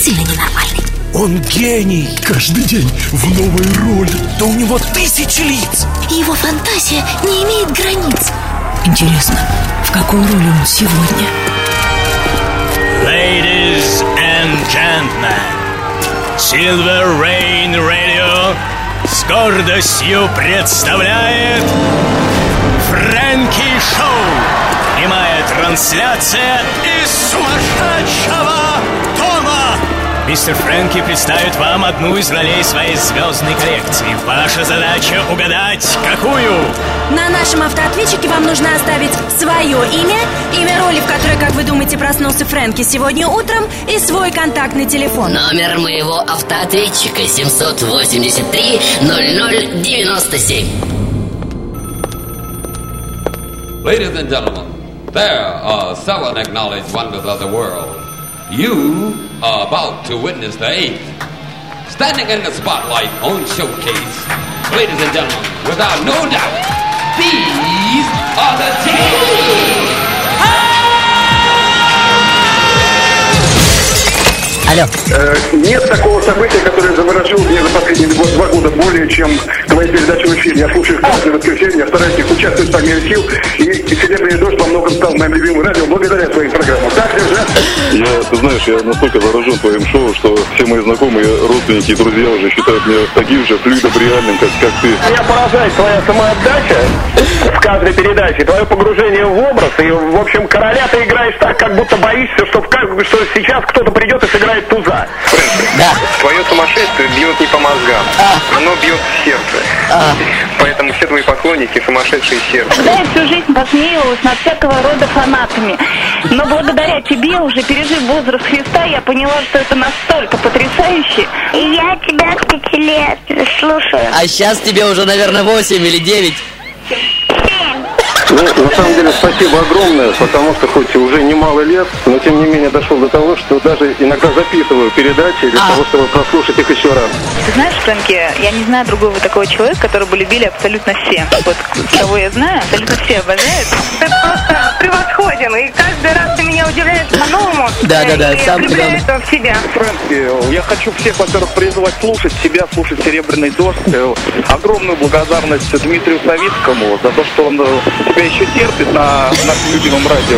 сильно ненормальный. Он гений. Каждый день в новой роли. Да у него 1000 лиц. И его фантазия не имеет границ. Интересно, в какой роли он сегодня? Ladies and gentlemen, Silver Rain Radio с гордостью представляет Фрэнки Шоу. Прямая трансляция из сумасшедшего дома. Мистер Фрэнки представит вам одну из ролей своей звездной коллекции. Ваша задача угадать, какую? На нашем автоответчике вам нужно оставить свое имя, имя роли, в которой, как вы думаете, проснулся Фрэнки сегодня утром, и свой контактный телефон. Номер моего автоответчика 783 0097. Ladies and gentlemen, there are 7 acknowledged wonders of the world. You are about to witness the 8th. Standing in the spotlight on Showcase, ladies and gentlemen, without no doubt, these are the teams. Алло. Нет такого события, которое заворожило меня за последние 2 года более, чем твои передачи в эфире. Я слушаю их каждое воскресенье, я стараюсь их участвовать по мере сил. И «Серебряный дождь» во многом стал моим любимым радио благодаря твоим программам. Так, держать? Ты знаешь, я настолько заражен твоим шоу, что все мои знакомые, родственники и друзья уже считают меня таким же флюидом реальным, как ты. Меня поражает твоя самоотдача в каждой передаче, твое погружение в образ. И, в общем, короля ты играешь так, как будто боишься, что сейчас кто-то придет и сыграет туза. Да. Твое сумасшествие бьет не по мозгам, оно бьет в сердце. Поэтому все твои поклонники сумасшедшие сердце. Когда я всю жизнь посмеивалась над всякого рода фанатами, но благодаря тебе, уже пережив возраст Христа, я поняла, что это настолько потрясающе. И я тебя с 5 лет слушаю. А сейчас тебе уже, наверное, 8 или 9. Ну, на самом деле, спасибо огромное, потому что хоть уже немало лет, но тем не менее дошел до того, что даже иногда записываю передачи для того, чтобы прослушать их еще раз. Ты знаешь, Фрэнки, я не знаю другого такого человека, которого бы любили абсолютно все. Вот кого я знаю, абсолютно все обожают. Ты просто превосходен, и каждый раз ты меня удивляешь по-новому. Да, я влюбляю это в себя. Фрэнки, я хочу всех, во-первых, призвать слушать себя, слушать «Серебряный дождь». Огромную благодарность Дмитрию Савицкому за то, что он тебя еще терпит на нашем любимом радио.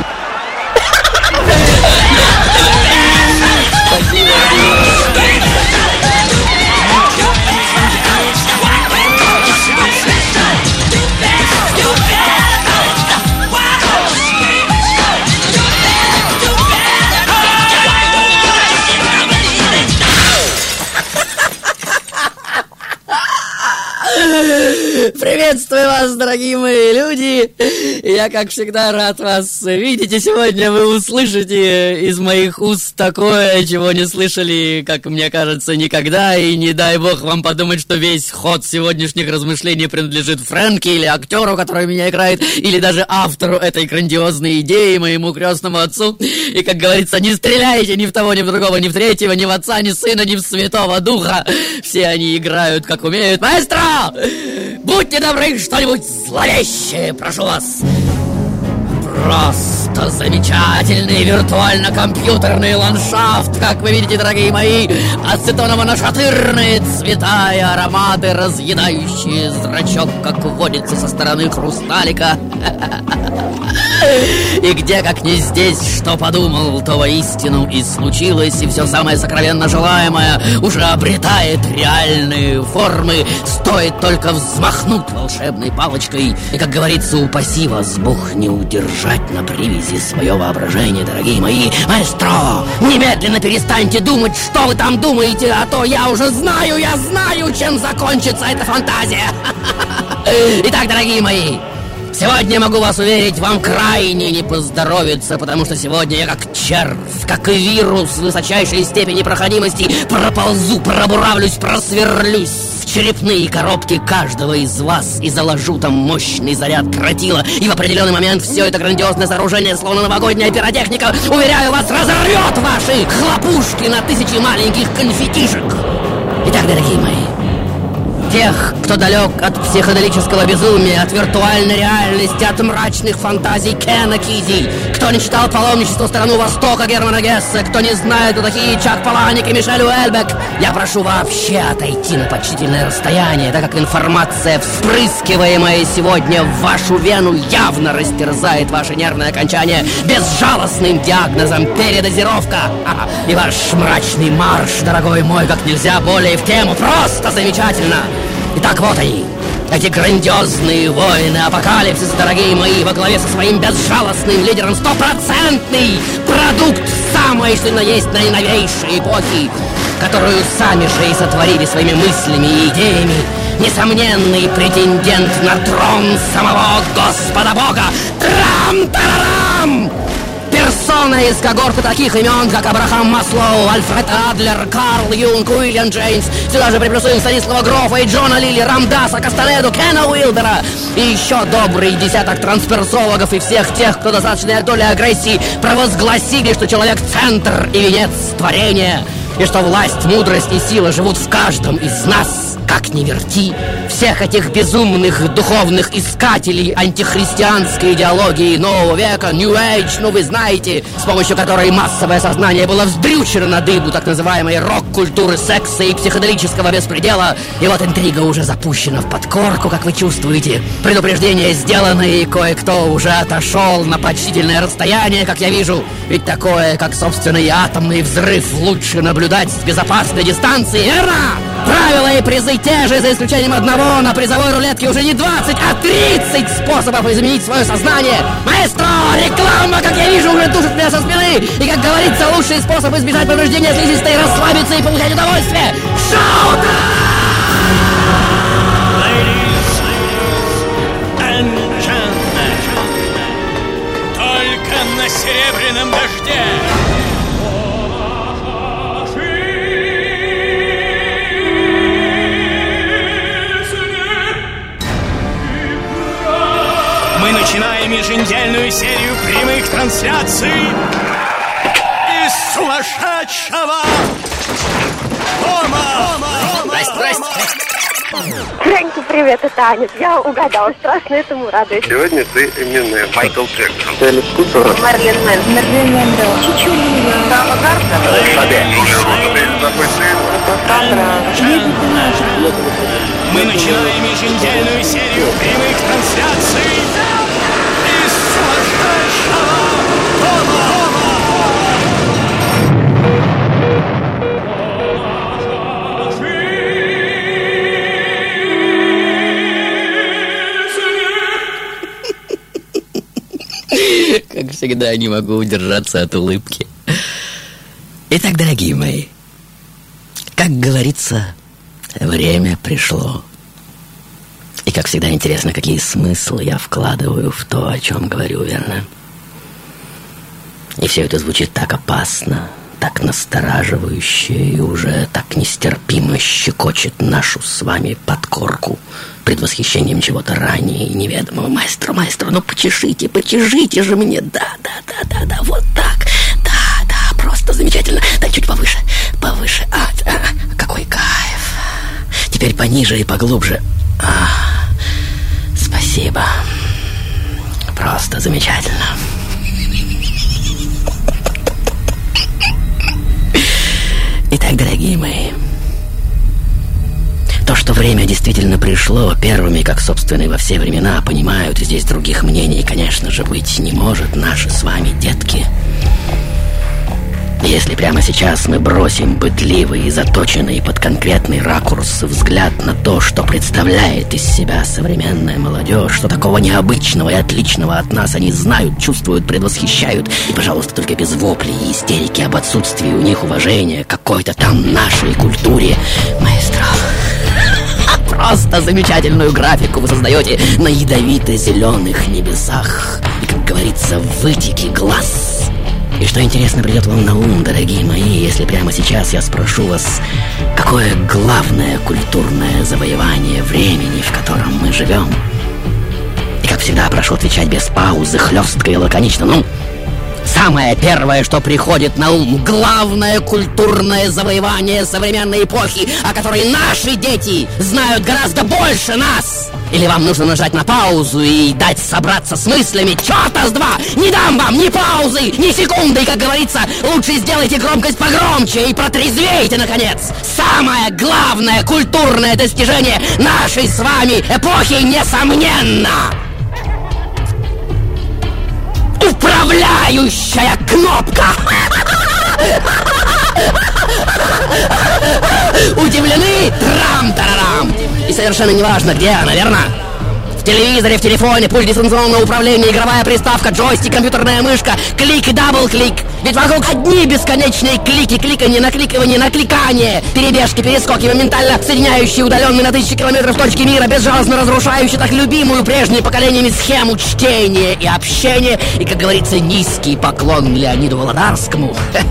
Приветствую вас, дорогие мои люди. Я, как всегда, рад вас видеть. И сегодня вы услышите из моих уст такое, чего не слышали, как мне кажется, никогда. И не дай бог вам подумать, что весь ход сегодняшних размышлений принадлежит Фрэнки или актеру, который меня играет, или даже автору этой грандиозной идеи, моему крестному отцу. И, как говорится, не стреляйте ни в того, ни в другого, ни в третьего, ни в отца, ни в сына, ни в Святого Духа. Все они играют, как умеют. Маэстро! Будьте добры, что-нибудь зловещее, прошу вас. Просто замечательный виртуально-компьютерный ландшафт, как вы видите, дорогие мои, ацетоново-нашатырные цвета и ароматы, разъедающие зрачок, как водится со стороны хрусталика. И где, как не здесь, что подумал, то воистину и случилось, и все самое сокровенно желаемое уже обретает реальные формы, стоит только взмахнуть волшебной палочкой. И, как говорится, упаси вас Бог не удержать на привязи свое воображение, дорогие мои. Маэстро, немедленно перестаньте думать, что вы там думаете, а то я знаю, чем закончится эта фантазия. Итак, дорогие мои, сегодня, могу вас уверить, вам крайне не поздоровится, потому что сегодня я как червь, как вирус высочайшей степени проходимости проползу, пробуравлюсь, просверлюсь в черепные коробки каждого из вас и заложу там мощный заряд тротила. И в определенный момент все это грандиозное сооружение, словно новогодняя пиротехника, уверяю вас, разорвет ваши хлопушки на 1000 маленьких конфетишек. Итак, дорогие мои, тех, кто далек от психоделического безумия, от виртуальной реальности, от мрачных фантазий Кена Кизи, кто не читал «Паломничество в страну Востока» Германа Гессе, кто не знает, кто такие Чак Паланик и Мишель Уэльбек, я прошу вообще отойти на почтительное расстояние, так как информация, вспрыскиваемая сегодня в вашу вену, явно растерзает ваше нервное окончание безжалостным диагнозом передозировка. И ваш мрачный марш, дорогой мой, как нельзя более в тему, просто замечательно. Итак, вот они, эти грандиозные воины апокалипсиса, дорогие мои, во главе со своим безжалостным лидером, стопроцентный продукт самой, что ни на есть наиновейшей эпохи, которую сами же и сотворили своими мыслями и идеями, несомненный претендент на трон самого Господа Бога. Трам-тарарам! Персона из когорты таких имен, как Абрахам Маслоу, Альфред Адлер, Карл Юнг, Уильям Джеймс. Сюда же приплюсуем Станислава Грофа и Джона Лили, Рамдаса Кастанеду, Кена Уилбера. И еще добрый десяток трансперсологов и всех тех, кто достаточной доли агрессии провозгласили, что человек — центр и венец творения, и что власть, мудрость и сила живут в каждом из нас. Как ни верти, всех этих безумных духовных искателей антихристианской идеологии нового века, New Age, ну вы знаете, с помощью которой массовое сознание было вздрючено на дыбу так называемой рок-культуры секса и психоделического беспредела. И вот интрига уже запущена в подкорку, как вы чувствуете. Предупреждение сделано, и кое-кто уже отошел на почтительное расстояние, как я вижу. Ведь такое, как собственный атомный взрыв, лучше наблюдать с безопасной дистанции, верно? Правила и призы те же, за исключением одного. На призовой рулетке уже не 20, а 30 способов изменить свое сознание. Маэстро, реклама, как я вижу, уже тушит меня со спины. И, как говорится, лучший способ избежать повреждения слизистой — расслабиться и получать удовольствие. Шоу-тайм! Ladies and gentlemen, только на серебряном дожде. Мы начинаем еженедельную серию прямых трансляций из сумасшедшего дома. Здрасте. Фрэнки, привет, это Аня. Я угадала, страшно этому радуюсь. Сегодня ты именно Майкл Джексон. Марлен Мэндо. Чичулина. Дама Карта. Мы начинаем еженедельную серию прямых трансляций из сумасшедшего дома. Как всегда, не могу удержаться от улыбки. Итак, дорогие мои, как говорится, время пришло. И, как всегда, интересно, какие смыслы я вкладываю в то, о чем говорю, верно? И все это звучит так опасно, так настораживающе и уже так нестерпимо щекочет нашу с вами подкорку предвосхищением чего-то ранее и неведомого. Маэстро, ну почешите же мне, да, вот так, да, просто замечательно, да, чуть повыше, какой кайф, теперь пониже и поглубже, спасибо, просто замечательно. Итак, дорогие мои, то, что время действительно пришло, первыми, как, собственно, и во все времена, понимают, здесь других мнений, конечно же, быть не может, наши с вами детки. Если прямо сейчас мы бросим пытливый и заточенный под конкретный ракурс взгляд на то, что представляет из себя современная молодежь, что такого необычного и отличного от нас они знают, чувствуют, предвосхищают, и, пожалуйста, только без воплей и истерики об отсутствии у них уважения к какой-то там нашей культуре, маэстро, просто замечательную графику вы создаете на ядовито-зеленых небесах. И, как говорится, вытеки глаз. И что интересно придет вам на ум, дорогие мои, если прямо сейчас я спрошу вас, какое главное культурное завоевание времени, в котором мы живем? И, как всегда, прошу отвечать без паузы, хлестко и лаконично. Ну, Самое первое, что приходит на ум, главное культурное завоевание современной эпохи, о которой наши дети знают гораздо больше нас. Или вам нужно нажать на паузу и дать собраться с мыслями? Чёрта с два! Не дам вам ни паузы, ни секунды. И, как говорится, лучше сделайте громкость погромче и протрезвейте, наконец. Самое главное культурное достижение нашей с вами эпохи, несомненно, управляющая кнопка. Удивлены? Трам-тарарам. И совершенно неважно, где она, верно? В телевизоре, в телефоне, пульт дистанционного управления, игровая приставка, джойстик, компьютерная мышка, клик и дабл-клик. Ведь вокруг одни бесконечные клики, кликанье, накликивание, накликание, перебежки, перескоки, моментально соединяющие удаленные на тысячи километров точки мира, безжалостно разрушающие так любимую прежними поколениями схему чтения и общения. И, как говорится, низкий поклон Леониду Володарскому.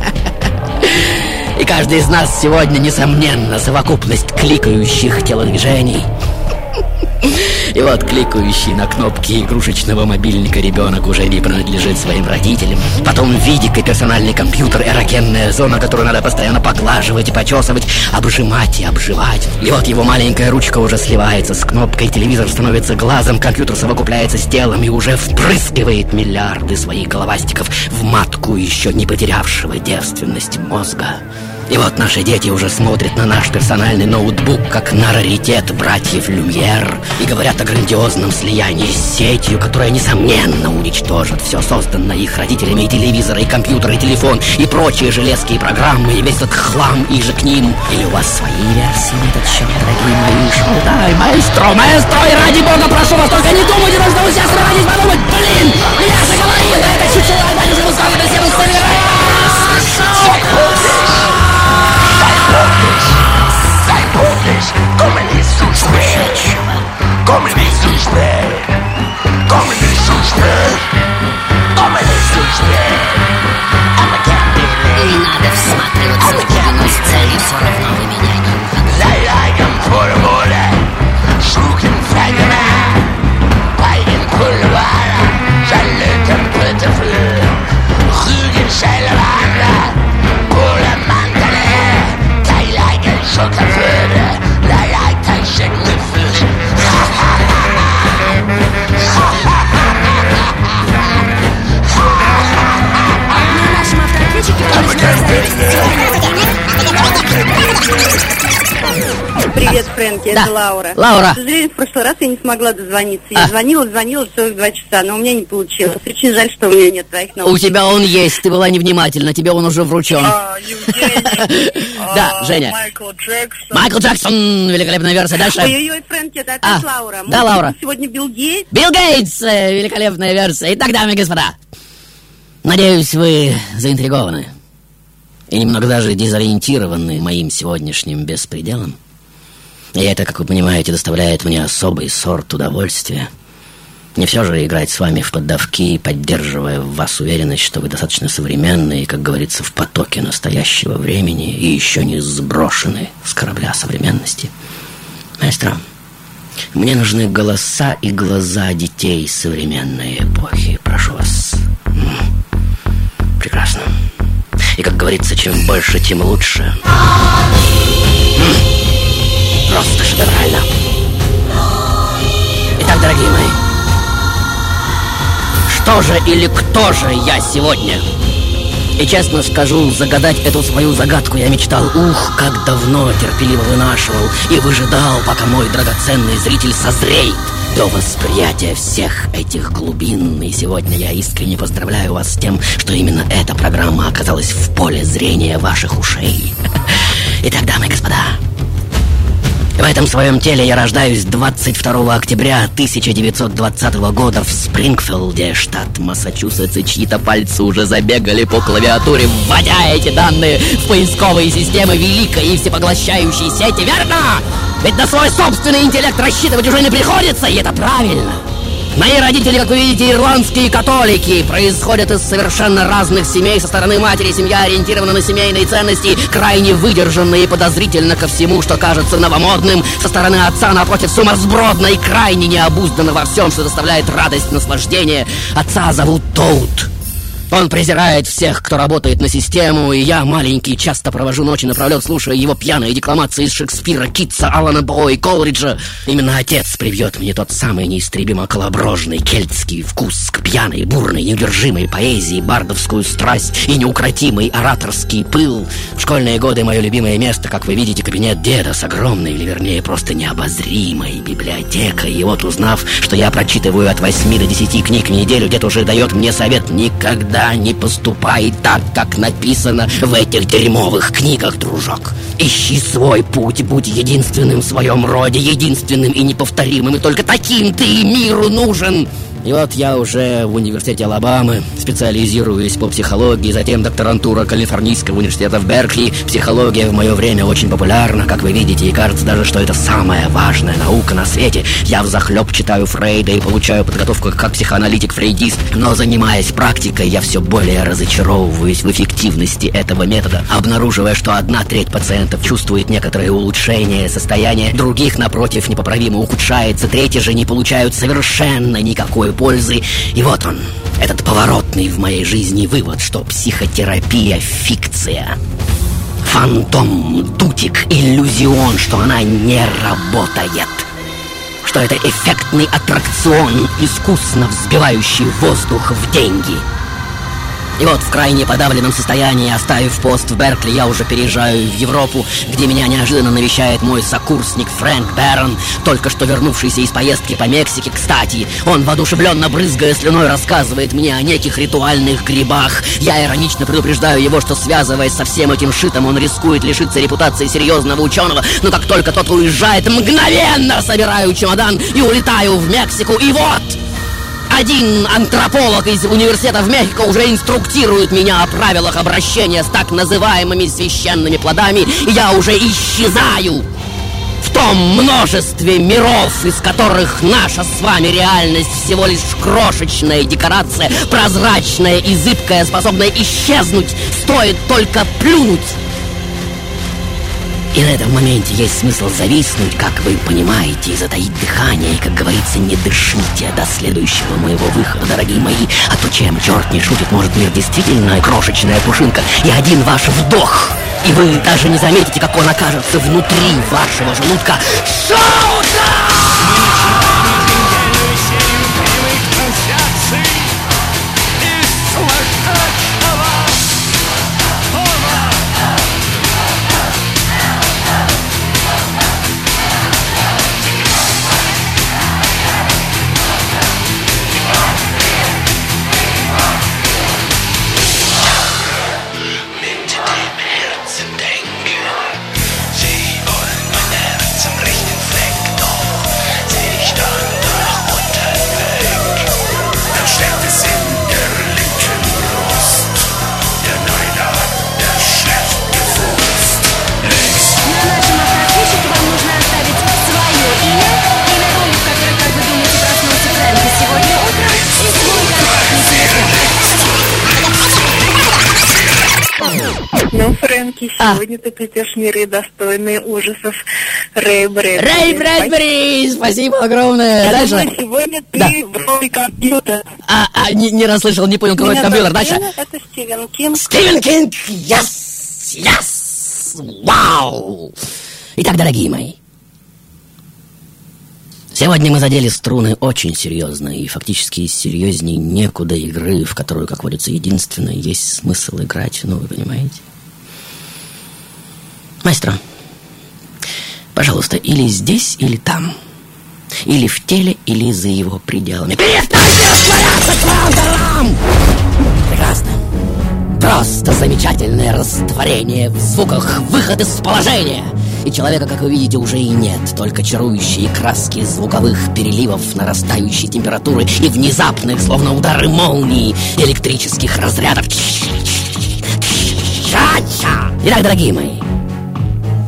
И каждый из нас сегодня, несомненно, совокупность кликающих телодвижений. И вот кликающий на кнопки игрушечного мобильника ребенок уже не принадлежит своим родителям. Потом видик и персональный компьютер, эрогенная зона, которую надо постоянно поглаживать и почесывать, обжимать и обживать. И вот его маленькая ручка уже сливается с кнопкой, телевизор становится глазом, компьютер совокупляется с телом и уже впрыскивает миллиарды своих головастиков в матку еще не потерявшего девственность мозга. И вот наши дети уже смотрят на наш персональный ноутбук как на раритет братьев Люмьер и говорят о грандиозном слиянии с сетью, которая, несомненно, уничтожит все созданное их родителями, и телевизор, и компьютер, и телефон, и прочие железки, и программы, и весь этот хлам, и же к ним. Или у вас свои версии на этот счет, дорогие мои? Шалтай, маэстро, и ради бога, прошу вас, только не думайте, что вы сейчас срывались подумать, блин, я же говорил, это чуть-чуть, батюшка, пускай это всем Come ne suspect, come ne suspect, come ne suspect, come ne suspect. Не надо всматриваться в глубину сцены, все равно вы меня не угадаете. Leigen Pulmole, suchen Fängene, Beigen Pulvara, Jalüken Pütteflö, Rügen Schellwander, Pole Mantele, Keileigen Schockerföde, Leileiter Schickengefühl. На нашем автоответчике вам нужно оставить... Привет, Фрэнки, это Лаура. Лаура. К сожалению, в прошлый раз я не смогла дозвониться. Я звонила целых 2 часа, но у меня не получилось. Очень жаль, что у меня нет твоих наушников. У тебя он есть, ты была невнимательна, тебе он уже вручен. Да, Женя. Майкл Джексон, великолепная версия. Дальше. Ой-ой-ой, Фрэнки, это опять Лаура. Да, Лаура. Сегодня Билл Гейтс. Билл Гейтс, великолепная версия. Итак, дамы и господа, надеюсь, вы заинтригованы и немного даже дезориентированы моим сегодняшним беспределом. И это, как вы понимаете, доставляет мне особый сорт удовольствия. Не все же играть с вами в поддавки, поддерживая в вас уверенность, что вы достаточно современны и, как говорится, в потоке настоящего времени и еще не сброшены с корабля современности. Маэстро, мне нужны голоса и глаза детей современной эпохи. Прошу вас. Прекрасно. И, как говорится, чем больше, тем лучше. Просто шедеврально. Итак, дорогие мои, что же или кто же я сегодня? И честно скажу, загадать эту свою загадку я мечтал, как давно терпеливо вынашивал и выжидал, пока мой драгоценный зритель созреет до восприятия всех этих глубин. И сегодня я искренне поздравляю вас с тем, что именно эта программа оказалась в поле зрения ваших ушей. Итак, дамы и господа, в этом своем теле я рождаюсь 22 октября 1920 года в Спрингфилде, штат Массачусетс, и чьи-то пальцы уже забегали по клавиатуре, вводя эти данные в поисковые системы великой и всепоглощающей сети, верно? Ведь на свой собственный интеллект рассчитывать уже не приходится, и это правильно. Мои родители, как вы видите, ирландские католики, происходят из совершенно разных семей. Со стороны матери семья ориентирована на семейные ценности, крайне выдержанная и подозрительна ко всему, что кажется новомодным. Со стороны отца, напротив, сумасбродна и крайне необуздана во всем, что доставляет радость, наслаждение. Отца зовут Тоут. Он презирает всех, кто работает на систему, и я, маленький, часто провожу ночи напролет, слушая его пьяные декламации из Шекспира, Китса, Алана По и Колриджа. Именно отец привьет мне тот самый неистребимо колоброжный кельтский вкус к пьяной, бурной, неудержимой поэзии, бардовскую страсть и неукротимый ораторский пыл. В школьные годы мое любимое место, как вы видите, кабинет деда с огромной, или вернее просто необозримой библиотекой. И вот, узнав, что я прочитываю от 8 до 10 книг в неделю, дед уже дает мне совет: никогда не поступай так, как написано в этих дерьмовых книгах, дружок. Ищи свой путь, будь единственным в своем роде, единственным и неповторимым, и только таким ты миру нужен. И вот я уже в университете Алабамы, специализируюсь по психологии, затем докторантура Калифорнийского университета в Беркли. Психология в мое время очень популярна, как вы видите, и кажется даже, что это самая важная наука на свете. Я взахлеб читаю Фрейда и получаю подготовку как психоаналитик-фрейдист, но занимаясь практикой, я все более разочаровываюсь в эффективности этого метода, обнаруживая, что 1/3 пациентов чувствует некоторое улучшение состояния, других, напротив, непоправимо ухудшается, третьи же не получают совершенно никакой пользы. И вот он, этот поворотный в моей жизни вывод, что психотерапия — фикция, фантом, дутик, иллюзион, что она не работает, что это эффектный аттракцион, искусно взбивающий воздух в деньги. И вот в крайне подавленном состоянии, оставив пост в Беркли, я уже переезжаю в Европу, где меня неожиданно навещает мой сокурсник Фрэнк Бэрон, только что вернувшийся из поездки по Мексике. Кстати, он, воодушевленно брызгая слюной, рассказывает мне о неких ритуальных грибах. Я иронично предупреждаю его, что, связываясь со всем этим шитом, он рискует лишиться репутации серьезного ученого. Но как только тот уезжает, мгновенно собираю чемодан и улетаю в Мексику. И вот... один антрополог из университета в Мехико уже инструктирует меня о правилах обращения с так называемыми священными плодами, и я уже исчезаю в том множестве миров, из которых наша с вами реальность всего лишь крошечная декорация, прозрачная и зыбкая, способная исчезнуть, стоит только плюнуть. И на этом моменте есть смысл зависнуть, как вы понимаете, и затаить дыхание. И, как говорится, не дышите до следующего моего выхода, дорогие мои. А то чем черт не шутит, может, мир действительно крошечная пушинка. И один ваш вдох, и вы даже не заметите, как он окажется внутри вашего желудка. Шоу-тайм! Ну, Фрэнки, сегодня ты плетешь миры, достойные ужасов Рэй Брэдбери. Рэй Брэдбери, спасибо огромное. Я думаю, сегодня ты в роли компьютера. Не расслышал, не понял, какой компьютер. Дальше. Это Стивен Кинг. Стивен Кинг, yes, вау. Итак, дорогие мои, сегодня мы задели струны очень серьезно, и фактически серьезнее некуда игры, в которую, как водится, единственное есть смысл играть, ну, вы понимаете. Маэстро, пожалуйста, или здесь, или там, или в теле, или за его пределами. Перестаньте растворяться к вам! Прекрасно. Просто замечательное растворение в звуках, выход из положения. И человека, как вы видите, уже и нет. Только чарующие краски звуковых переливов, нарастающей температуры и внезапных, словно удары молнии, электрических разрядов. Итак, дорогие мои,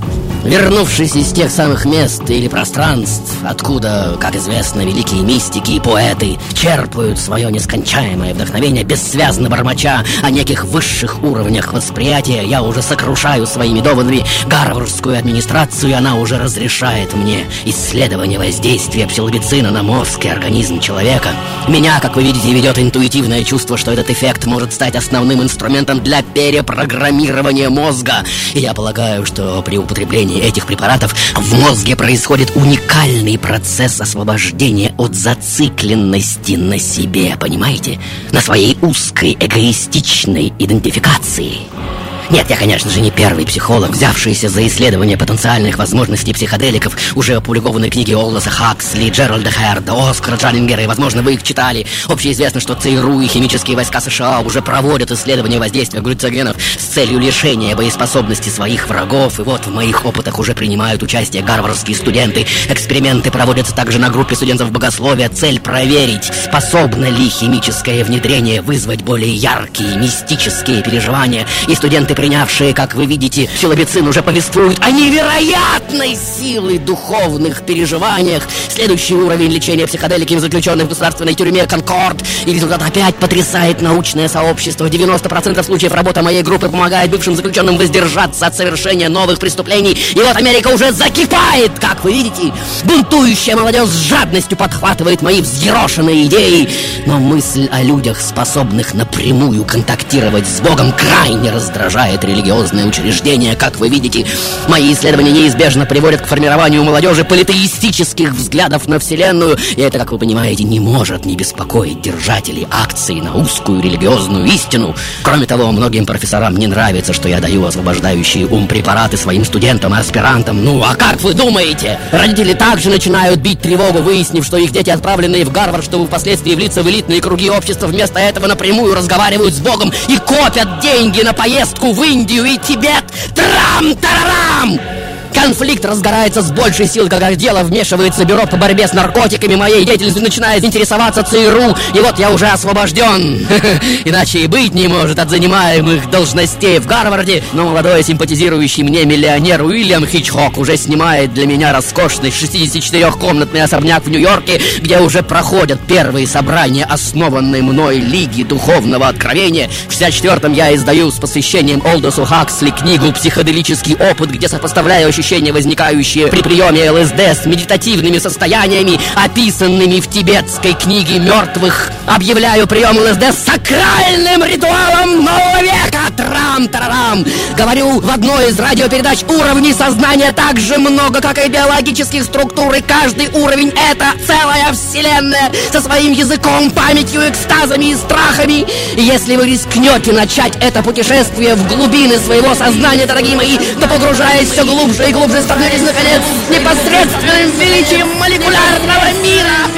Вернувшись из тех самых мест или пространств, откуда, как известно, великие мистики и поэты черпают свое нескончаемое вдохновение, бессвязно бормоча о неких высших уровнях восприятия, я уже сокрушаю своими доводами гарвардскую администрацию, и она уже разрешает мне исследование воздействия псилобицина на мозг и организм человека. Меня, как вы видите, ведет интуитивное чувство, что этот эффект может стать основным инструментом для перепрограммирования мозга. И я полагаю, что при употреблении этих препаратов в мозге происходит уникальный процесс освобождения от зацикленности на себе, понимаете? На своей узкой, эгоистичной идентификации. Нет, я, конечно же, не первый психолог, взявшийся за исследование потенциальных возможностей психоделиков. Уже опубликованы книги Олдоса Хаксли, Джеральда Херда, Оскара Джаллингера, и, возможно, вы их читали. Общеизвестно, что ЦРУ и химические войска США уже проводят исследования воздействия глюцогенов с целью лишения боеспособности своих врагов. И вот в моих опытах уже принимают участие гарвардские студенты. Эксперименты проводятся также на группе студентов богословия. Цель проверить, способно ли химическое внедрение вызвать более яркие, мистические переживания. И студенты, принявшие, как вы видите, псилобицин, уже повествуют о невероятной силе духовных переживаниях. Следующий уровень лечения психоделиками заключенных в государственной тюрьме Конкорд. И результат опять потрясает научное сообщество. 90% случаев работа моей группы помогает бывшим заключенным воздержаться от совершения новых преступлений. И вот Америка уже закипает, как вы видите. Бунтующая молодежь с жадностью подхватывает мои взъерошенные идеи. Но мысль о людях, способных напрямую контактировать с Богом, крайне раздражает религиозные учреждения. Как вы видите, мои исследования неизбежно приводят к формированию у молодежи политеистических взглядов на Вселенную. И это, как вы понимаете, не может не беспокоить держателей акций на узкую религиозную истину. Кроме того, многим профессорам не нравится, что я даю освобождающие ум препараты своим студентам и аспирантам. Ну, а как вы думаете? Родители также начинают бить тревогу, выяснив, что их дети, отправленные в Гарвард, чтобы впоследствии влиться в элитные круги общества, вместо этого напрямую разговаривают с Богом и копят деньги на поездку в Индию и Тибет. Трам-тарарам! Конфликт разгорается с большей силой, когда в дело вмешивается бюро по борьбе с наркотиками. Моей деятельностью начинает интересоваться ЦРУ. И вот я уже освобожден. Иначе и быть не может от занимаемых должностей в Гарварде. Но молодой симпатизирующий мне миллионер Уильям Хичкок уже снимает для меня роскошный 64-комнатный особняк в Нью-Йорке, где уже проходят первые собрания основанной мной Лиги Духовного Откровения. В 64-м я издаю с посвящением Олдосу Хаксли книгу «Психоделический опыт», где сопоставляю ощущения, возникающие при приеме ЛСД, с медитативными состояниями, описанными в тибетской книге мертвых. Объявляю прием ЛСД сакральным ритуалом нового века. Трам-тарарам. Говорю в одной из радиопередач: уровней сознания так же много, как и биологических структур, и каждый уровень — это целая вселенная со своим языком, памятью, экстазами и страхами. И если вы рискнете начать это путешествие в глубины своего сознания, дорогие мои, то, погружаясь все глубже и глубже, столкнетесь, наконец, с непосредственным величием молекулярного мира.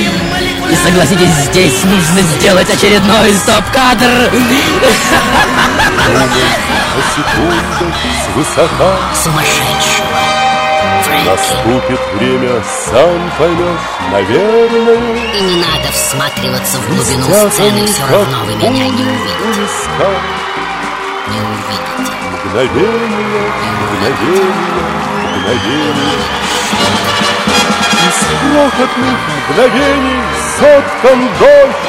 И согласитесь, здесь нужно сделать очередной стоп-кадр. На секундах свысока Сумасшедший. наступит время, сам поймешь, наверное. И не надо всматриваться в глубину сцены, все равно вы меня не увидите. Не увидите. Мгновение, мгновение, мгновение. Из крохотных мгновений соткан дождь.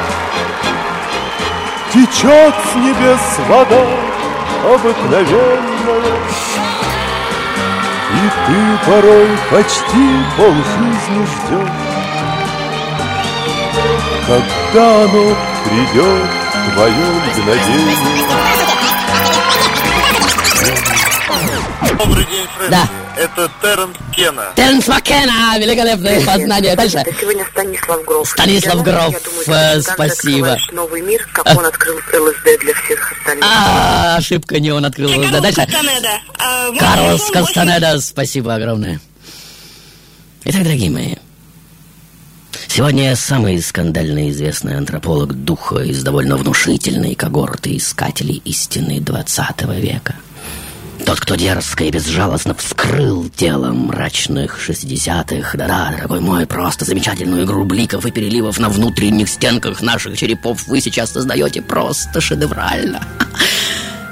Течет с небес вода обыкновенная. И ты порой почти полжизни ждешь, когда оно придет, твое мгновение. Добрый день, Фрэнки. Да. Это Терренс Кенна. Терренс Маккена, великолепное познание. Дальше. Это сегодня Станислав Гроф. Станислав Гроф, спасибо. Новый мир, как он открыл ЛСД для всех остальных. Ошибка, не он открыл ЛСД. Дальше. Карлос Кастанеда, спасибо огромное. Итак, дорогие мои, сегодня я самый скандально известный антрополог духа из довольно внушительной когорты искателей истины 20 века. Тот, кто дерзко и безжалостно вскрыл тело мрачных 60-х. Да-да, дорогой мой, просто замечательную игру бликов и переливов на внутренних стенках наших черепов вы сейчас создаете просто шедеврально.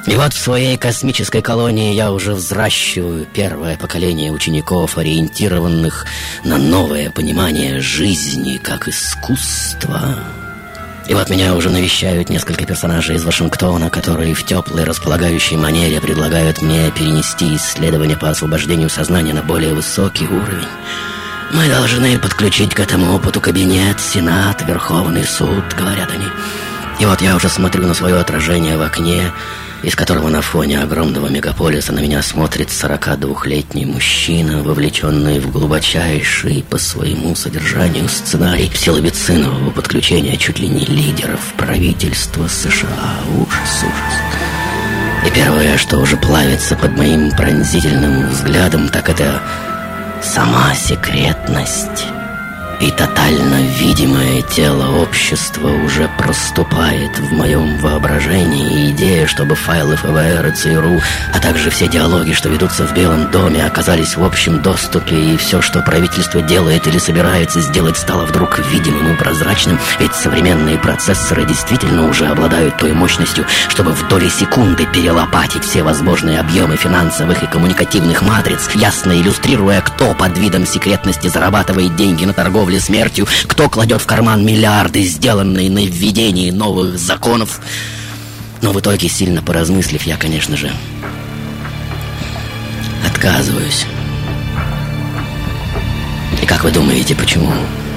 И вот в своей космической колонии я уже взращиваю первое поколение учеников, ориентированных на новое понимание жизни как искусства. И вот меня уже навещают несколько персонажей из Вашингтона, которые в теплой, располагающей манере предлагают мне перенести исследования по освобождению сознания на более высокий уровень. Мы должны подключить к этому опыту кабинет, сенат, Верховный суд, говорят они. И вот я уже смотрю на свое отражение в окне, из которого на фоне огромного мегаполиса на меня смотрит 42-летний мужчина, вовлеченный в глубочайший по своему содержанию сценарий псилобицинового подключения чуть ли не лидеров правительства США. Ужас, ужас. И первое, что уже плавится под моим пронзительным взглядом, так это сама секретность. И тотально видимое тело общества уже проступает в моем воображении. И идея, чтобы файлы ФБР и ЦРУ, а также все диалоги, что ведутся в Белом доме, оказались в общем доступе, и все, что правительство делает или собирается сделать, стало вдруг видимым и прозрачным. Ведь современные процессоры действительно уже обладают той мощностью, чтобы в доли секунды перелопатить все возможные объемы финансовых и коммуникативных матриц, ясно иллюстрируя, кто под видом секретности зарабатывает деньги на торговле смертью, кто кладет в карман миллиарды, сделанные на введении новых законов. Но в итоге, сильно поразмыслив, я, конечно же, отказываюсь. И как вы думаете, почему?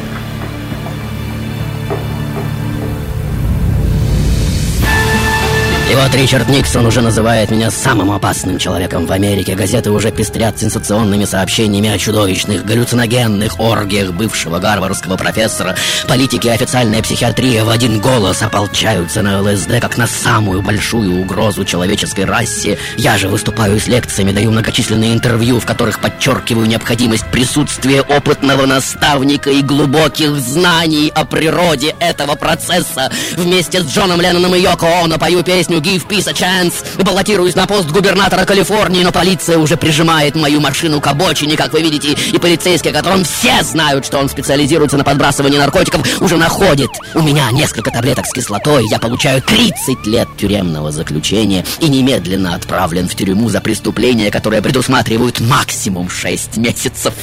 И вот Ричард Никсон уже называет меня самым опасным человеком в Америке. Газеты уже пестрят сенсационными сообщениями о чудовищных галлюциногенных оргиях бывшего гарвардского профессора. Политики и официальная психиатрия в один голос ополчаются на ЛСД как на самую большую угрозу человеческой расе. Я же выступаю с лекциями, даю многочисленные интервью, в которых подчеркиваю необходимость присутствия опытного наставника и глубоких знаний о природе этого процесса. Вместе с Джоном Ленноном и Йоко Оно пою песню «Give Peace a Chance». Баллотируюсь на пост губернатора Калифорнии, но полиция уже прижимает мою машину к обочине, как вы видите, и полицейский, о котором все знают, что он специализируется на подбрасывании наркотиков, уже находит у меня несколько таблеток с кислотой. Я получаю 30 лет тюремного заключения и немедленно отправлен в тюрьму за преступления, которые предусматривают максимум 6 месяцев.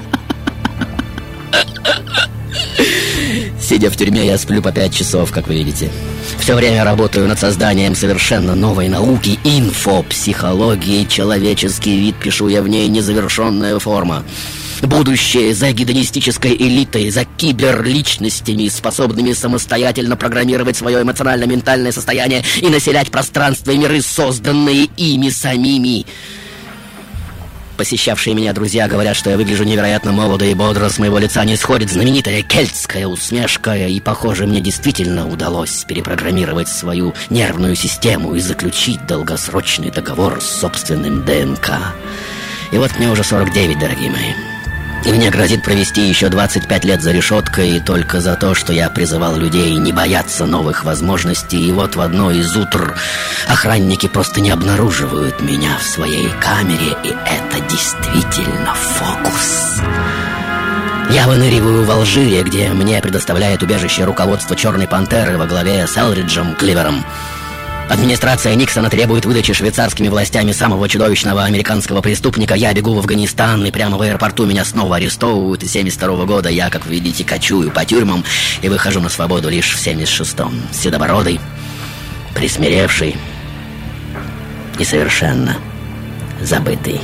Сидя в тюрьме, я сплю по 5 часов, как вы видите. Все время работаю над созданием совершенно новой науки, инфопсихологии. Человеческий вид, пишу я в ней, незавершенная форма. Будущее за гедонистической элитой, за киберличностями, способными самостоятельно программировать свое эмоционально-ментальное состояние и населять пространство и миры, созданные ими самими. Посещавшие меня друзья говорят, что я выгляжу невероятно молодо и бодро. С моего лица не сходит знаменитая кельтская усмешка. И, похоже, мне действительно удалось перепрограммировать свою нервную систему и заключить долгосрочный договор с собственным ДНК. И вот мне уже 49, дорогие мои. И мне грозит провести еще 25 лет за решеткой только за то, что я призывал людей не бояться новых возможностей. И вот в одно из утр охранники просто не обнаруживают меня в своей камере. И это действительно фокус. Я выныриваю в Алжире, где мне предоставляет убежище руководство «Черной пантеры» во главе с Элриджем Кливером. Администрация Никсона требует выдачи швейцарскими властями самого чудовищного американского преступника. Я бегу в Афганистан, и прямо в аэропорту меня снова арестовывают. И с 72 года я, как вы видите, кочую по тюрьмам и выхожу на свободу лишь в 76-м. Седобородый, присмиревший и совершенно забытый.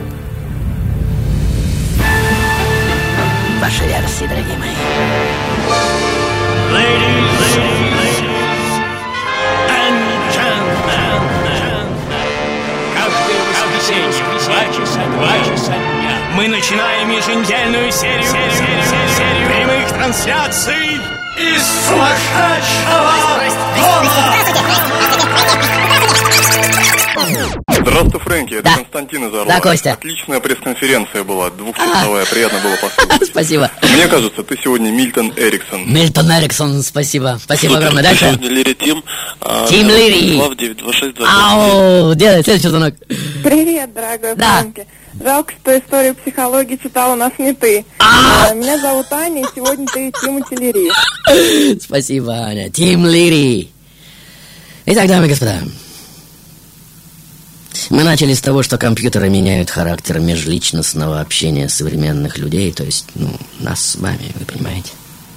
Ваши версии, дорогие мои. Мы начинаем еженедельную серию прямых трансляций из сумасшедшего дома. Здравствуй, Фрэнки, это Константин из Орла. Да, Костя. Отличная пресс-конференция была, 2-часовая, приятно было послушать. Спасибо. Мне кажется, ты сегодня Мильтон Эриксон. Мильтон Эриксон, спасибо. Спасибо огромное. Дальше. Сегодня Лири Тим. Тим Лири. 926. Ау, делай следующий звонок. Привет, дорогой Фрэнки. Жалко, что историю психологии читал у нас не ты. Меня зовут Аня, и сегодня ты Тимоти Лири. Спасибо, Аня. Тим Лири. Итак, дамы и господа, Мы начали с того, что компьютеры меняют характер межличностного общения современных людей, то есть, нас с вами, вы понимаете.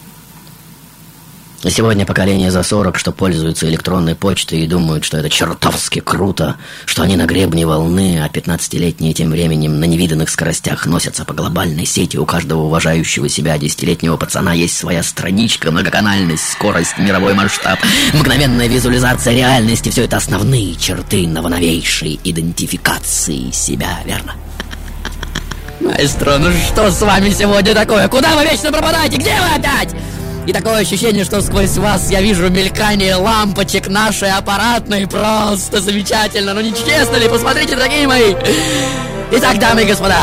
И сегодня поколение за 40, что пользуются электронной почтой и думают, что это чертовски круто, что они на гребне волны, а 15-летние тем временем на невиданных скоростях носятся по глобальной сети. У каждого уважающего себя 10-летнего пацана есть своя страничка, многоканальность, скорость, мировой масштаб, мгновенная визуализация реальности. Все это основные черты новоновейшей идентификации себя, верно? Маэстро, что с вами сегодня такое? Куда вы вечно пропадаете? Где вы опять? И такое ощущение, что сквозь вас я вижу мелькание лампочек нашей аппаратной. Просто замечательно. Ну не честно ли? Посмотрите, дорогие мои. Итак, дамы и господа,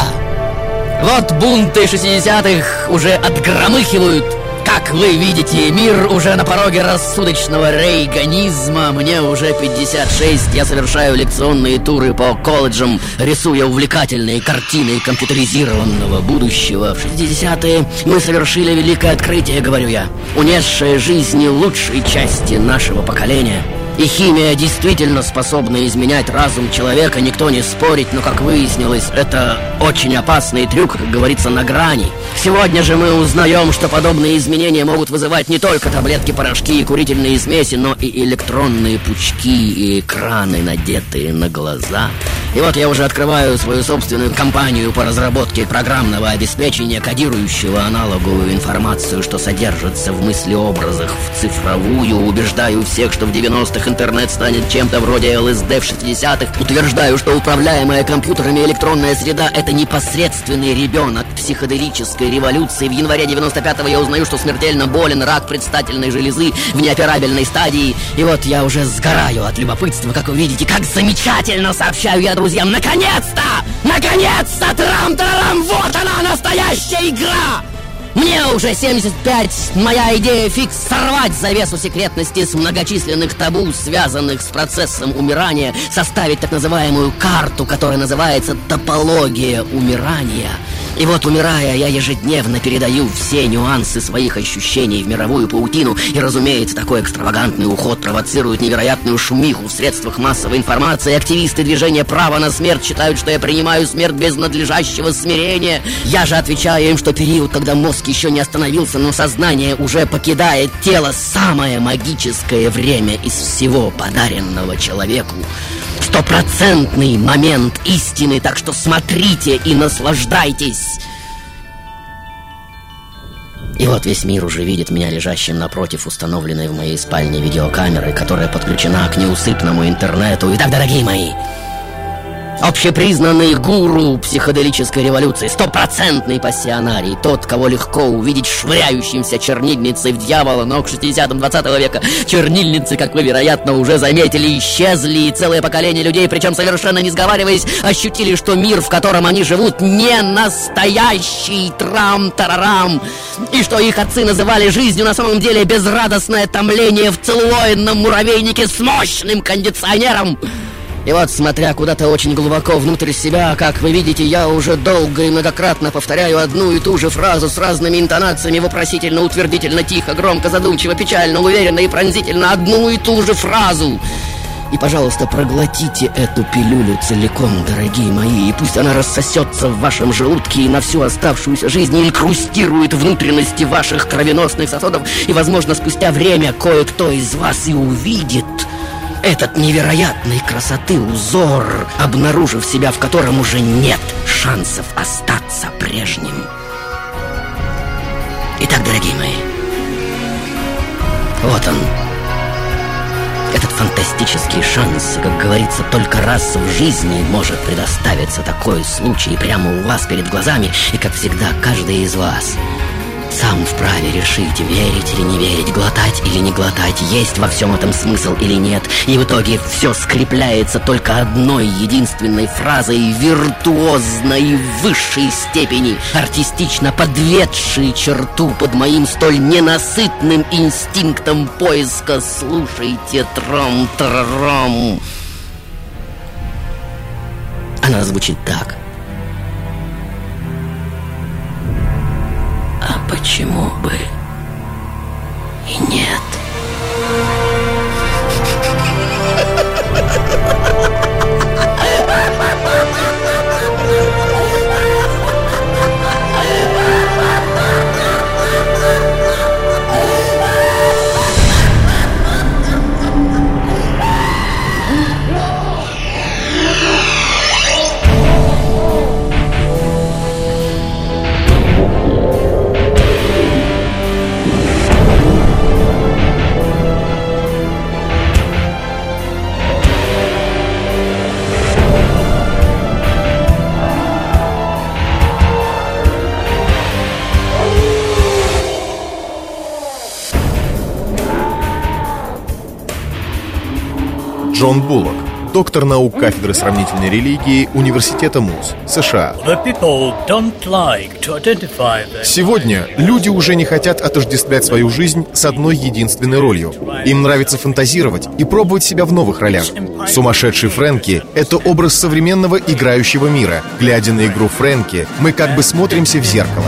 вот бунты 60-х уже отгромыхивают. Как вы видите, мир уже на пороге рассудочного рейганизма. Мне уже 56, я совершаю лекционные туры по колледжам, рисуя увлекательные картины компьютеризированного будущего. В 60-е мы совершили великое открытие, говорю я, унесшее жизни лучшей части нашего поколения. И химия действительно способна изменять разум человека, никто не спорит, но, как выяснилось, это очень опасный трюк, как говорится, на грани. Сегодня же мы узнаем, что подобные изменения могут вызывать не только таблетки, порошки и курительные смеси, но и электронные пучки и экраны, надетые на глаза. И вот я уже открываю свою собственную компанию по разработке программного обеспечения, кодирующего аналоговую информацию, что содержится в мыслеобразах, в цифровую. Убеждаю всех, что в 90-х интернет станет чем-то вроде ЛСД в 60-х. Утверждаю, что управляемая компьютерами электронная среда — это непосредственный ребенок психоделической революции. В январе 95-го я узнаю, что смертельно болен, рак предстательной железы в неоперабельной стадии. И вот я уже сгораю от любопытства, как вы видите, как замечательно, сообщаю я друзьям. Наконец-то! Наконец-то! Трам-тарам! Вот она, настоящая игра! Мне уже 75, моя идея фикс сорвать завесу секретности с многочисленных табу, связанных с процессом умирания, составить так называемую карту, которая называется топология умирания. И вот, умирая, я ежедневно передаю все нюансы своих ощущений в мировую паутину. И, разумеется, такой экстравагантный уход провоцирует невероятную шумиху в средствах массовой информации. Активисты движения «Право на смерть» считают, что я принимаю смерть без надлежащего смирения. Я же отвечаю им, что период, когда мозг еще не остановился, но сознание уже покидает тело, самое магическое время из всего подаренного человеку. Стопроцентный момент истины, так что смотрите и наслаждайтесь. И вот весь мир уже видит меня лежащим напротив установленной в моей спальне видеокамеры, которая подключена к неусыпному интернету. Итак, дорогие мои, общепризнанный гуру психоделической революции, стопроцентный пассионарий, тот, кого легко увидеть швыряющимся чернильницей в дьявола, но к 60-м 20 века чернильницы, как вы, вероятно, уже заметили, исчезли, и целое поколение людей, причем совершенно не сговариваясь, ощутили, что мир, в котором они живут, не настоящий, трам-тарарам, и что их отцы называли жизнью, на самом деле безрадостное томление в целлулоидном муравейнике с мощным кондиционером. И вот, смотря куда-то очень глубоко внутрь себя, как вы видите, я уже долго и многократно повторяю одну и ту же фразу с разными интонациями, вопросительно, утвердительно, тихо, громко, задумчиво, печально, уверенно и пронзительно, одну и ту же фразу. И, пожалуйста, проглотите эту пилюлю целиком, дорогие мои, и пусть она рассосется в вашем желудке и на всю оставшуюся жизнь инкрустирует внутренности ваших кровеносных сосудов, и, возможно, спустя время кое-кто из вас и увидит этот невероятной красоты узор, обнаружив себя, в котором уже нет шансов остаться прежним. Итак, дорогие мои, вот он, этот фантастический шанс. Как говорится, только раз в жизни может предоставиться такой случай прямо у вас перед глазами. И, как всегда, каждый из вас сам вправе решить, верить или не верить, глотать или не глотать, есть во всем этом смысл или нет. И в итоге все скрепляется только одной единственной фразой, виртуозной в высшей степени, артистично подведшей черту под моим столь ненасытным инстинктом поиска. Слушайте, трам-тарарам. Она звучит так. А почему бы и нет? Джон Буллок, доктор наук кафедры сравнительной религии Университета Муз, США. Сегодня люди уже не хотят отождествлять свою жизнь с одной единственной ролью. Им нравится фантазировать и пробовать себя в новых ролях. «Сумасшедший Фрэнки» — это образ современного играющего мира. Глядя на игру Фрэнки, мы как бы смотримся в зеркало.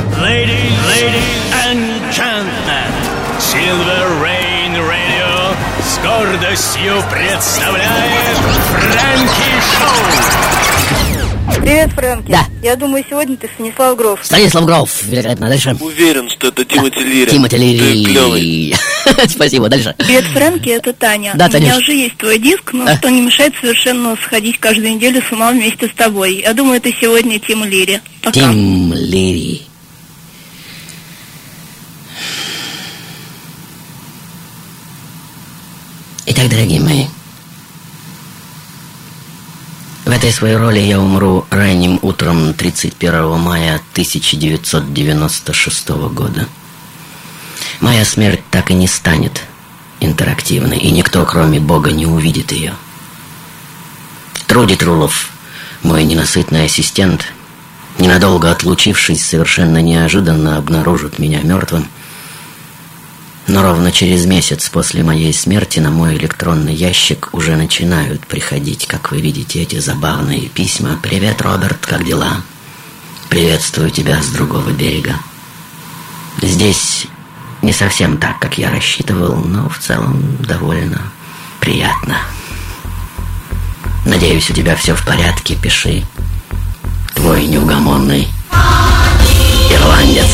С гордостью представляет Фрэнки Шоу. Привет, Фрэнки. Да. Я думаю, сегодня ты Станислав Гроф. Станислав Гроф, великолепно. Дальше. Уверен, что это Тимоти Лири. Тимоти Лири. Ты клевый. Спасибо, дальше. Привет, Фрэнки, это Таня. Да, у меня уже есть твой диск, но что не мешает совершенно сходить каждую неделю с ума вместе с тобой. Я думаю, ты сегодня Тим Лири. Пока. Тим Лири. Итак, дорогие мои, в этой своей роли я умру ранним утром 31 мая 1996 года. Моя смерть так и не станет интерактивной, и никто, кроме Бога, не увидит ее. Труди Трулов, мой ненасытный ассистент, ненадолго отлучившись, совершенно неожиданно обнаружит меня мертвым. Но ровно через месяц после моей смерти на мой электронный ящик уже начинают приходить, как вы видите, эти забавные письма. «Привет, Роберт, как дела? Приветствую тебя с другого берега». Здесь не совсем так, как я рассчитывал, но в целом довольно приятно. Надеюсь, у тебя все в порядке, пиши. Твой неугомонный ирландец.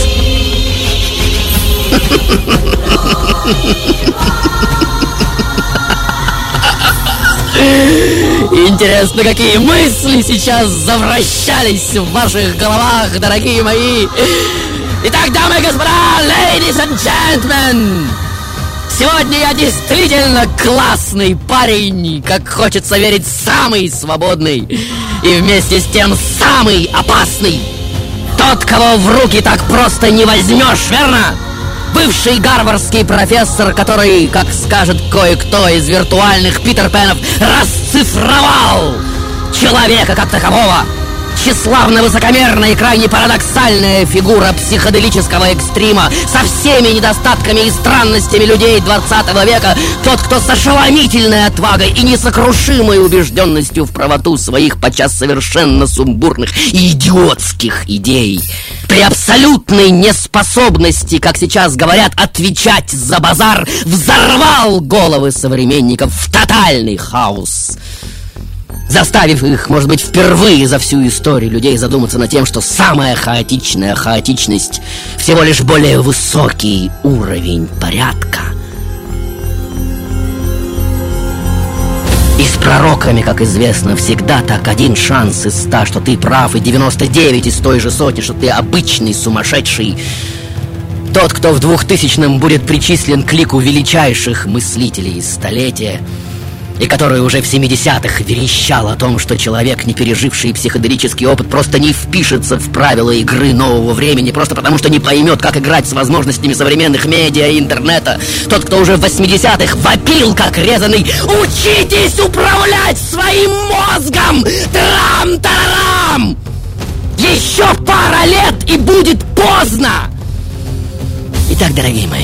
Интересно, какие мысли сейчас завращались в ваших головах, дорогие мои. Итак, дамы и господа, ladies and gentlemen, сегодня я действительно классный парень, как хочется верить, самый свободный и вместе с тем самый опасный. Тот, кого в руки так просто не возьмешь, верно? Бывший гарвардский профессор, который, как скажет кое-кто из виртуальных Питер Пенов, расцифровал человека как такового. Тщеславно высокомерная и крайне парадоксальная фигура психоделического экстрима со всеми недостатками и странностями людей 20 века. Тот, кто с ошеломительной отвагой и несокрушимой убежденностью в правоту своих подчас совершенно сумбурных и идиотских идей, при абсолютной неспособности, как сейчас говорят, отвечать за базар, взорвал головы современников в тотальный хаос, заставив их, может быть, впервые за всю историю людей задуматься над тем, что самая хаотичная хаотичность всего лишь более высокий уровень порядка. И с пророками, как известно, всегда так: один шанс из 100, что ты прав, и 99 из той же сотни, что ты обычный сумасшедший. Тот, кто в 2000-м будет причислен к лику величайших мыслителей столетия, и который уже в 70-х верещал о том, что человек, не переживший психоделический опыт, просто не впишется в правила игры нового времени, просто потому что не поймет, как играть с возможностями современных медиа и интернета. Тот, кто уже в 80-х вопил, как резаный: «Учитесь управлять своим мозгом! Трам-тарарам! Еще пара лет, и будет поздно!» Итак, дорогие мои,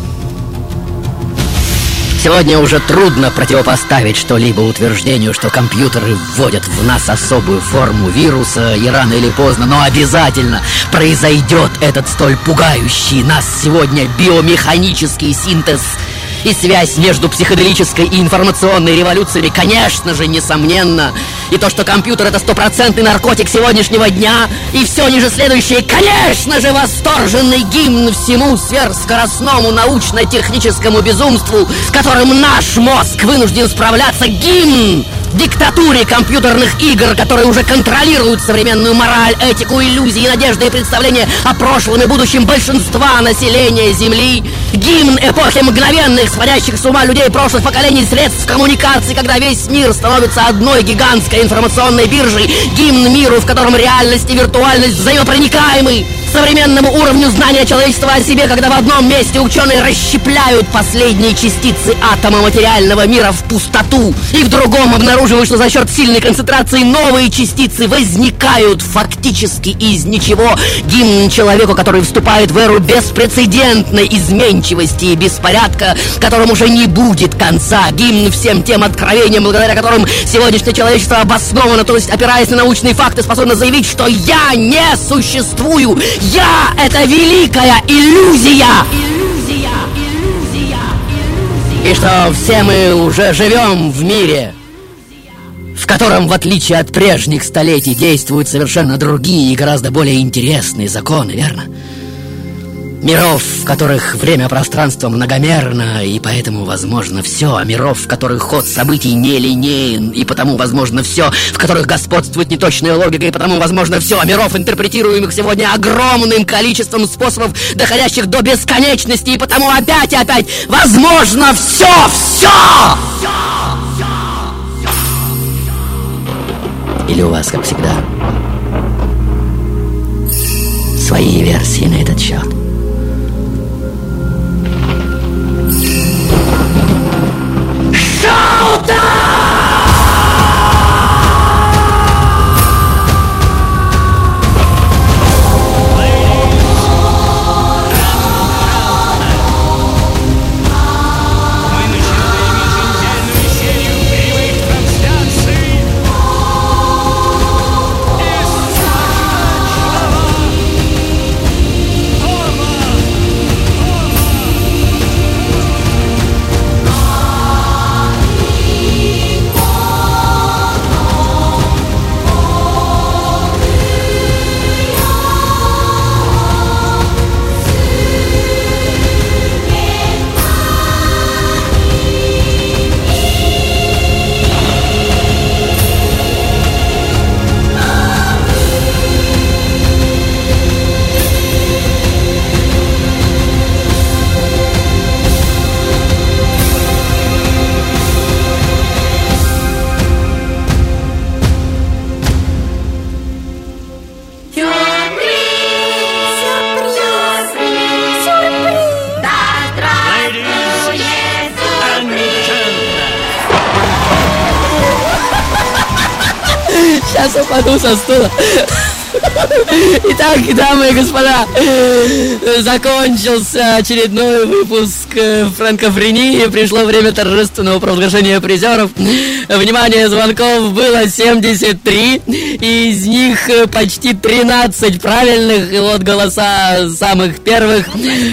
сегодня уже трудно противопоставить что-либо утверждению, что компьютеры вводят в нас особую форму вируса, и рано или поздно, но обязательно произойдет этот столь пугающий нас сегодня биомеханический синтез и связь между психоделической и информационной революциями, конечно же, несомненно. И то, что компьютер — это стопроцентный наркотик сегодняшнего дня, и все ниже следующее, конечно же, восторженный гимн всему сверхскоростному научно-техническому безумству, с которым наш мозг вынужден справляться, гимн диктатуре компьютерных игр, которые уже контролируют современную мораль, этику, иллюзии, надежды и представления о прошлом и будущем большинства населения Земли. Гимн эпохи мгновенных, сводящих с ума людей прошлых поколений средств коммуникации, когда весь мир становится одной гигантской информационной биржей. Гимн миру, в котором реальность и виртуальность взаимопроникаемы. Современному уровню знания человечества о себе, когда в одном месте ученые расщепляют последние частицы атома материального мира в пустоту, и в другом обнаруживают, что за счет сильной концентрации новые частицы возникают фактически из ничего. Гимн человеку, который вступает в эру беспрецедентной изменчивости и беспорядка, которым уже не будет конца. Гимн всем тем откровениям, благодаря которым сегодняшнее человечество обосновано, то есть опираясь на научные факты, способно заявить, что я не существую. Я — это великая иллюзия! И что все мы уже живем в мире, в котором, в отличие от прежних столетий, действуют совершенно другие и гораздо более интересные законы, верно? Миров, в которых время-пространство многомерно, и поэтому возможно все. Миров, в которых ход событий нелинеен, и потому возможно все. В которых господствует неточная логика, и потому возможно все. Миров, интерпретируемых сегодня огромным количеством способов, доходящих до бесконечности, и потому опять и опять возможно все! Или у вас, как всегда, свои версии на этот счет? Сейчас упаду со стула. Итак, дамы и господа, закончился очередной выпуск франкофрении. Пришло время торжественного провозглашения призеров. Внимание, звонков было 73, из них почти 13 правильных. И вот голоса самых первых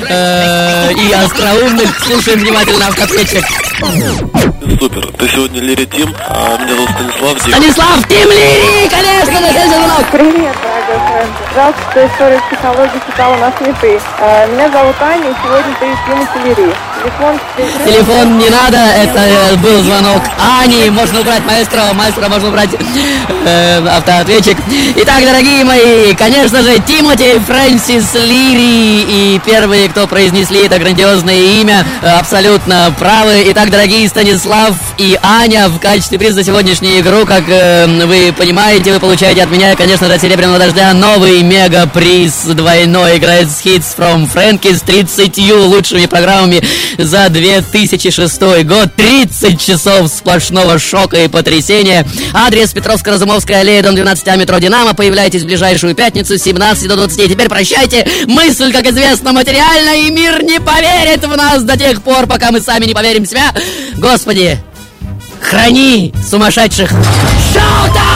и остроумных. Слушаем внимательно автоответчик. Супер, ты сегодня Лири Тим, а меня зовут Станислав. Станислав Тим Лири, конечно, на звонок. Привет, дорогой Фрэнк. Здравствуй, историю психологии читала нас не ты. Меня зовут Аня, и сегодня ты Тимоти Лири. Телефон не надо, это был звонок Ани. Можно убрать маэстро можно убрать автоответчик. Итак, дорогие мои, конечно же, Тимоти Фрэнсис Лири. И первые, кто произнесли это грандиозное имя, абсолютно правы. Итак, дорогие Станислав и Аня, в качестве приза за сегодняшнюю игру, как вы понимаете, вы получаете от меня, конечно, до Серебряного дождя новый мега-приз двойной. Играет с Hits from Frankie с 30 лучшими программами за 2006 год. 30 часов сплошного шока и потрясения. Адрес: Петровско-Разумовская аллея, дом 12А, метро «Динамо». Появляйтесь в ближайшую пятницу с 17 до 20. Теперь прощайте. Мысль, как известно, материальна, и мир не поверит в нас до тех пор, пока мы сами не поверим в себя. Господи, храни сумасшедших. Шоу-таун!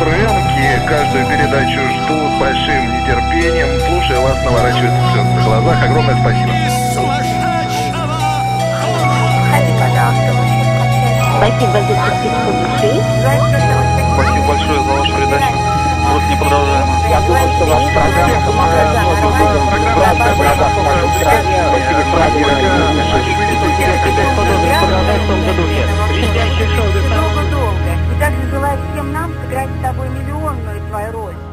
Фрэнки. Каждую передачу жду с большим нетерпением. Слушая вас, наворачиваются слезы на глазах. Огромное спасибо. Спасибо за подписку души. Спасибо большое за вашу передачу. Просто непродолжаемо. Я думаю, что ваша программа помогает многим людям в разных городах нашей страны. Спасибо, радио. Продолжай в том же духе. Блестящее шоу. Долго-долго. И также желаю всем нам сыграть с тобой миллионную твою роль.